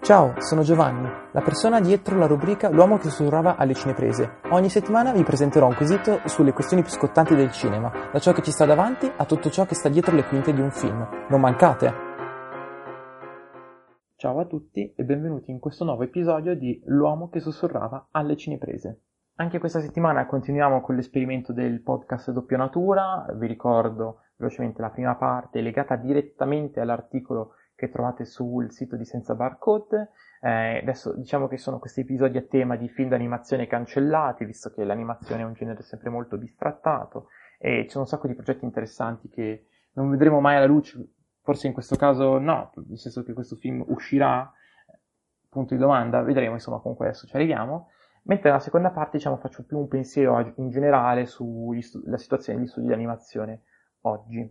Ciao, sono Giovanni, la persona dietro la rubrica L'uomo che sussurrava alle cineprese. Ogni settimana vi presenterò un quesito sulle questioni più scottanti del cinema, da ciò che ci sta davanti a tutto ciò che sta dietro le quinte di un film. Non mancate! Ciao a tutti e benvenuti in questo nuovo episodio di L'uomo che sussurrava alle cineprese. Anche questa settimana continuiamo con l'esperimento del podcast Doppia Natura. Vi ricordo velocemente la prima parte legata direttamente all'articolo che trovate sul sito di Senza Barcode. Adesso diciamo che sono questi episodi a tema di film d'animazione cancellati, visto che l'animazione è un genere sempre molto bistrattato e ci sono un sacco di progetti interessanti che non vedremo mai alla luce, forse in questo caso no, nel senso che questo film uscirà, punto di domanda, vedremo, insomma, comunque adesso ci arriviamo. Mentre nella seconda parte, diciamo, faccio più un pensiero in generale sulla situazione degli studi di animazione oggi.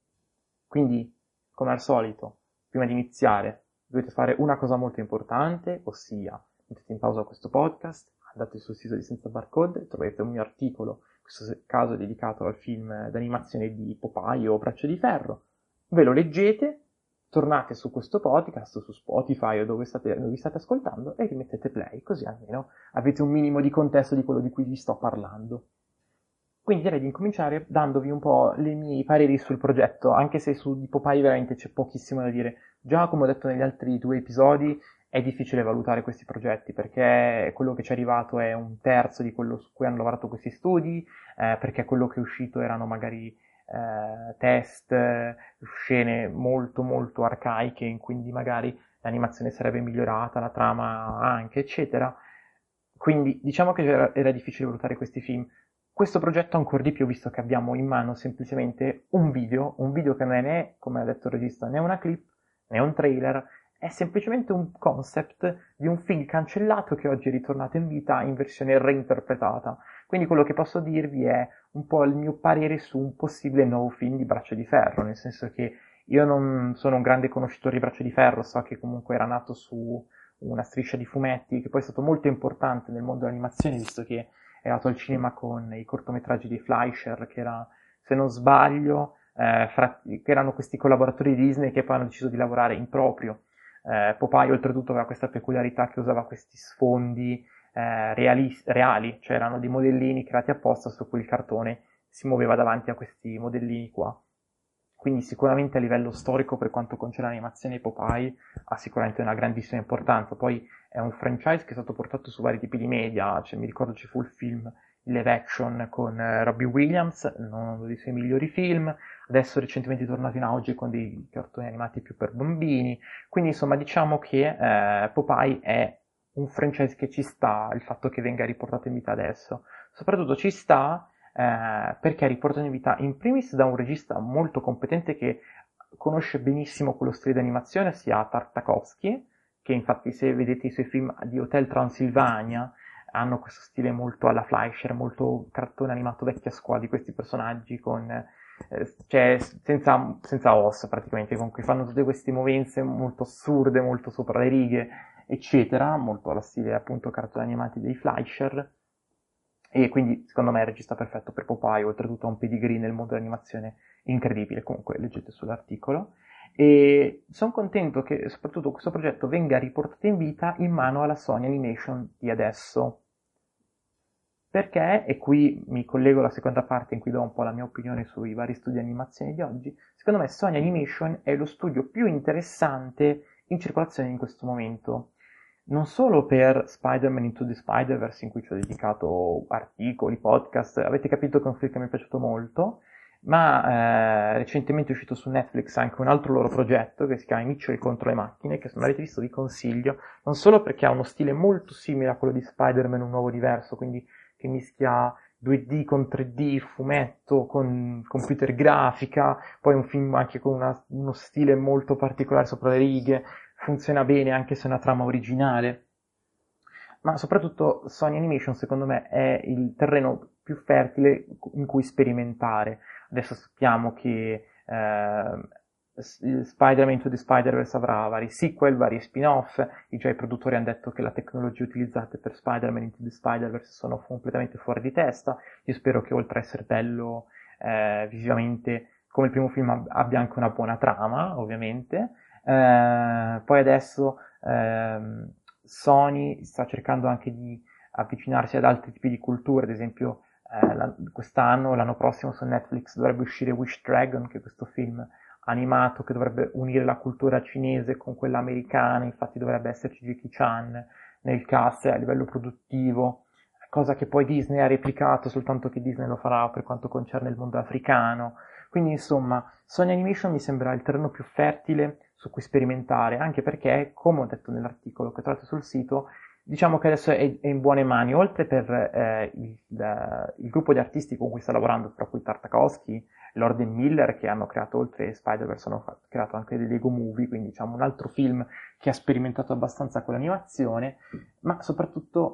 Quindi, come al solito, prima di iniziare, dovete fare una cosa molto importante, ossia mettete in pausa questo podcast, andate sul sito di Senza Barcode, troverete un mio articolo, in questo caso dedicato al film d'animazione di Popeye o Braccio di Ferro, ve lo leggete, tornate su questo podcast, su Spotify o dove vi state ascoltando e rimettete play, così almeno avete un minimo di contesto di quello di cui vi sto parlando. Quindi direi di incominciare dandovi un po' i miei pareri sul progetto, anche se su di Popeye veramente c'è pochissimo da dire. Già, come ho detto negli altri 2 episodi, è difficile valutare questi progetti, perché quello che ci è arrivato è un terzo di quello su cui hanno lavorato questi studi, perché quello che è uscito erano magari test, scene molto molto arcaiche, in cui magari l'animazione sarebbe migliorata, la trama anche, eccetera. Quindi diciamo che era difficile valutare questi film. Questo progetto ancora di più, visto che abbiamo in mano semplicemente un video che non è né, come ha detto il regista, né una clip, né un trailer, è semplicemente un concept di un film cancellato che oggi è ritornato in vita in versione reinterpretata. Quindi quello che posso dirvi è un po' il mio parere su un possibile nuovo film di Braccio di Ferro, nel senso che io non sono un grande conoscitore di Braccio di Ferro, so che comunque era nato su una striscia di fumetti, che poi è stato molto importante nel mondo dell'animazione, visto che è nato al cinema con i cortometraggi di Fleischer, che era, se non sbaglio, che erano questi collaboratori di Disney che poi hanno deciso di lavorare in proprio. Popeye oltretutto aveva questa peculiarità che usava questi sfondi reali, cioè erano dei modellini creati apposta su cui il cartone si muoveva davanti a questi modellini qua. Quindi sicuramente a livello storico, per quanto concerne l'animazione, Popeye ha sicuramente una grandissima importanza. Poi è un franchise che è stato portato su vari tipi di media, cioè mi ricordo ci fu il film live action con Robbie Williams, uno dei suoi migliori film, adesso recentemente è tornato in auge con dei cartoni animati più per bambini, quindi insomma diciamo che Popeye è un franchise che ci sta, il fatto che venga riportato in vita adesso, soprattutto ci sta perché è riportato in vita in primis da un regista molto competente che conosce benissimo quello stile di animazione, sia Tartakovsky, che infatti se vedete i suoi film di Hotel Transilvania hanno questo stile molto alla Fleischer, molto cartone animato vecchia scuola di questi personaggi con cioè senza ossa praticamente, con cui fanno tutte queste movenze molto assurde, molto sopra le righe, eccetera, molto alla stile appunto cartoni animati dei Fleischer. E quindi secondo me è il regista perfetto per Popeye, oltretutto ha un pedigree nel mondo dell'animazione incredibile, comunque leggete sull'articolo. E sono contento che soprattutto questo progetto venga riportato in vita in mano alla Sony Animation di adesso. Perché, e qui mi collego alla seconda parte in cui do un po' la mia opinione sui vari studi di animazione di oggi, secondo me Sony Animation è lo studio più interessante in circolazione in questo momento. Non solo per Spider-Man Into the Spider-Verse, in cui ci ho dedicato articoli, podcast, avete capito che è un film che mi è piaciuto molto, ma recentemente è uscito su Netflix anche un altro loro progetto che si chiama Mitchell contro le macchine, che se non avete visto vi consiglio, non solo perché ha uno stile molto simile a quello di Spider-Man, un nuovo diverso, quindi che mischia 2D con 3D, fumetto con computer grafica, poi un film anche con uno stile molto particolare sopra le righe, funziona bene anche se è una trama originale, ma soprattutto Sony Animation secondo me è il terreno più fertile in cui sperimentare. Adesso sappiamo che Spider-Man Into the Spider-Verse avrà vari sequel, vari spin-off, già i produttori hanno detto che la tecnologia utilizzata per Spider-Man Into the Spider-Verse sono completamente fuori di testa. Io spero che oltre a essere bello visivamente, come il primo film, abbia anche una buona trama, ovviamente. Poi adesso Sony sta cercando anche di avvicinarsi ad altri tipi di culture, ad esempio quest'anno, l'anno prossimo su Netflix dovrebbe uscire Wish Dragon, che è questo film animato che dovrebbe unire la cultura cinese con quella americana, infatti dovrebbe esserci Jackie Chan nel cast a livello produttivo, cosa che poi Disney ha replicato, soltanto che Disney lo farà per quanto concerne il mondo africano. Quindi insomma, Sony Animation mi sembra il terreno più fertile su cui sperimentare, anche perché, come ho detto nell'articolo che ho trovato sul sito, diciamo che adesso è in buone mani, oltre per il gruppo di artisti con cui sta lavorando, tra cui Tartakovsky, Lord e Miller, che hanno creato, oltre Spider-Verse, hanno creato anche dei Lego Movie, quindi diciamo un altro film che ha sperimentato abbastanza con l'animazione, ma soprattutto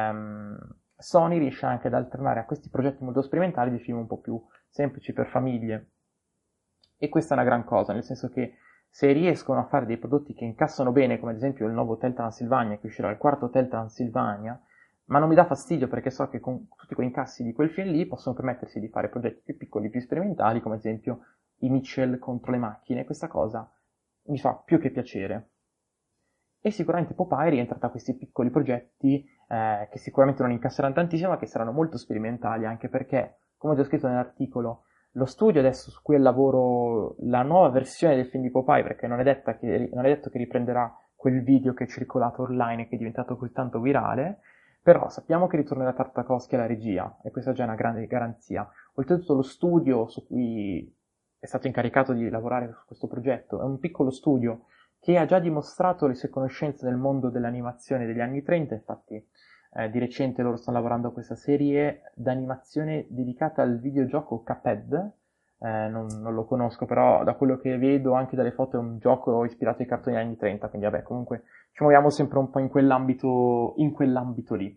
Sony riesce anche ad alternare a questi progetti molto sperimentali dei film un po' più semplici per famiglie. E questa è una gran cosa, nel senso che se riescono a fare dei prodotti che incassano bene, come ad esempio il nuovo Hotel Transilvania, che uscirà il quarto Hotel Transilvania, ma non mi dà fastidio perché so che con tutti quei incassi di quel film lì possono permettersi di fare progetti più piccoli, più sperimentali, come ad esempio i Mitchell contro le macchine. Questa cosa mi fa più che piacere. E sicuramente Popeye rientra tra questi piccoli progetti che sicuramente non incasseranno tantissimo, ma che saranno molto sperimentali, anche perché, come ho già scritto nell'articolo, lo studio adesso su cui lavoro la nuova versione del film di Popeye, perché non è detto che riprenderà quel video che è circolato online e che è diventato così tanto virale, però sappiamo che ritornerà Tartakovsky alla regia, e questa è già una grande garanzia. Oltretutto lo studio su cui è stato incaricato di lavorare su questo progetto è un piccolo studio che ha già dimostrato le sue conoscenze nel mondo dell'animazione degli anni 30, infatti di recente loro stanno lavorando a questa serie d'animazione dedicata al videogioco Cuphead, non lo conosco, però da quello che vedo anche dalle foto è un gioco ispirato ai cartoni degli anni 30, quindi vabbè, comunque ci muoviamo sempre un po' in quell'ambito lì.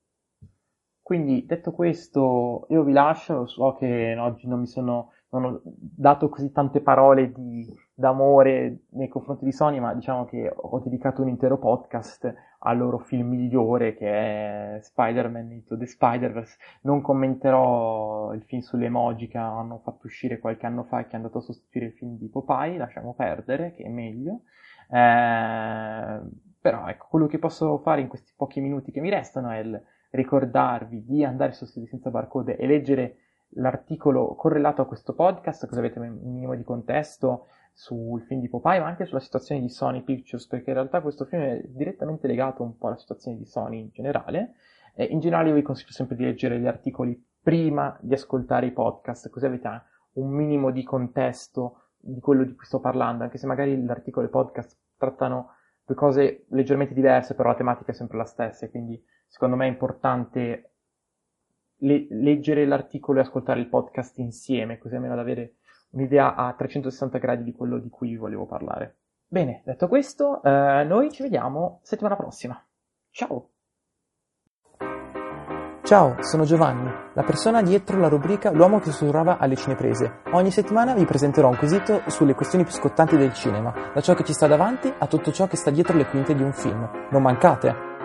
Quindi, detto questo, io vi lascio, so che oggi non ho dato così tante parole d'amore nei confronti di Sony, ma diciamo che ho dedicato un intero podcast al loro film migliore, che è Spider-Man Into the Spider-Verse. Non commenterò il film sulle emoji che hanno fatto uscire qualche anno fa e che è andato a sostituire il film di Popeye, lasciamo perdere, che è meglio. Però ecco, quello che posso fare in questi pochi minuti che mi restano è ricordarvi di andare su Studi Senza Barcode e leggere l'articolo correlato a questo podcast, così avete un minimo di contesto sul film di Popeye, ma anche sulla situazione di Sony Pictures, perché in realtà questo film è direttamente legato un po' alla situazione di Sony in generale. In generale io vi consiglio sempre di leggere gli articoli prima di ascoltare i podcast, così avete un minimo di contesto di quello di cui sto parlando, anche se magari l'articolo e il podcast trattano due cose leggermente diverse, però la tematica è sempre la stessa, e quindi secondo me è importante leggere l'articolo e ascoltare il podcast insieme, così almeno ad avere un'idea a 360 gradi di quello di cui volevo parlare. Bene, detto questo, noi ci vediamo settimana prossima. Ciao! Ciao, sono Giovanni, la persona dietro la rubrica L'uomo che sussurrava alle cineprese. Ogni settimana vi presenterò un quesito sulle questioni più scottanti del cinema, da ciò che ci sta davanti a tutto ciò che sta dietro le quinte di un film. Non mancate!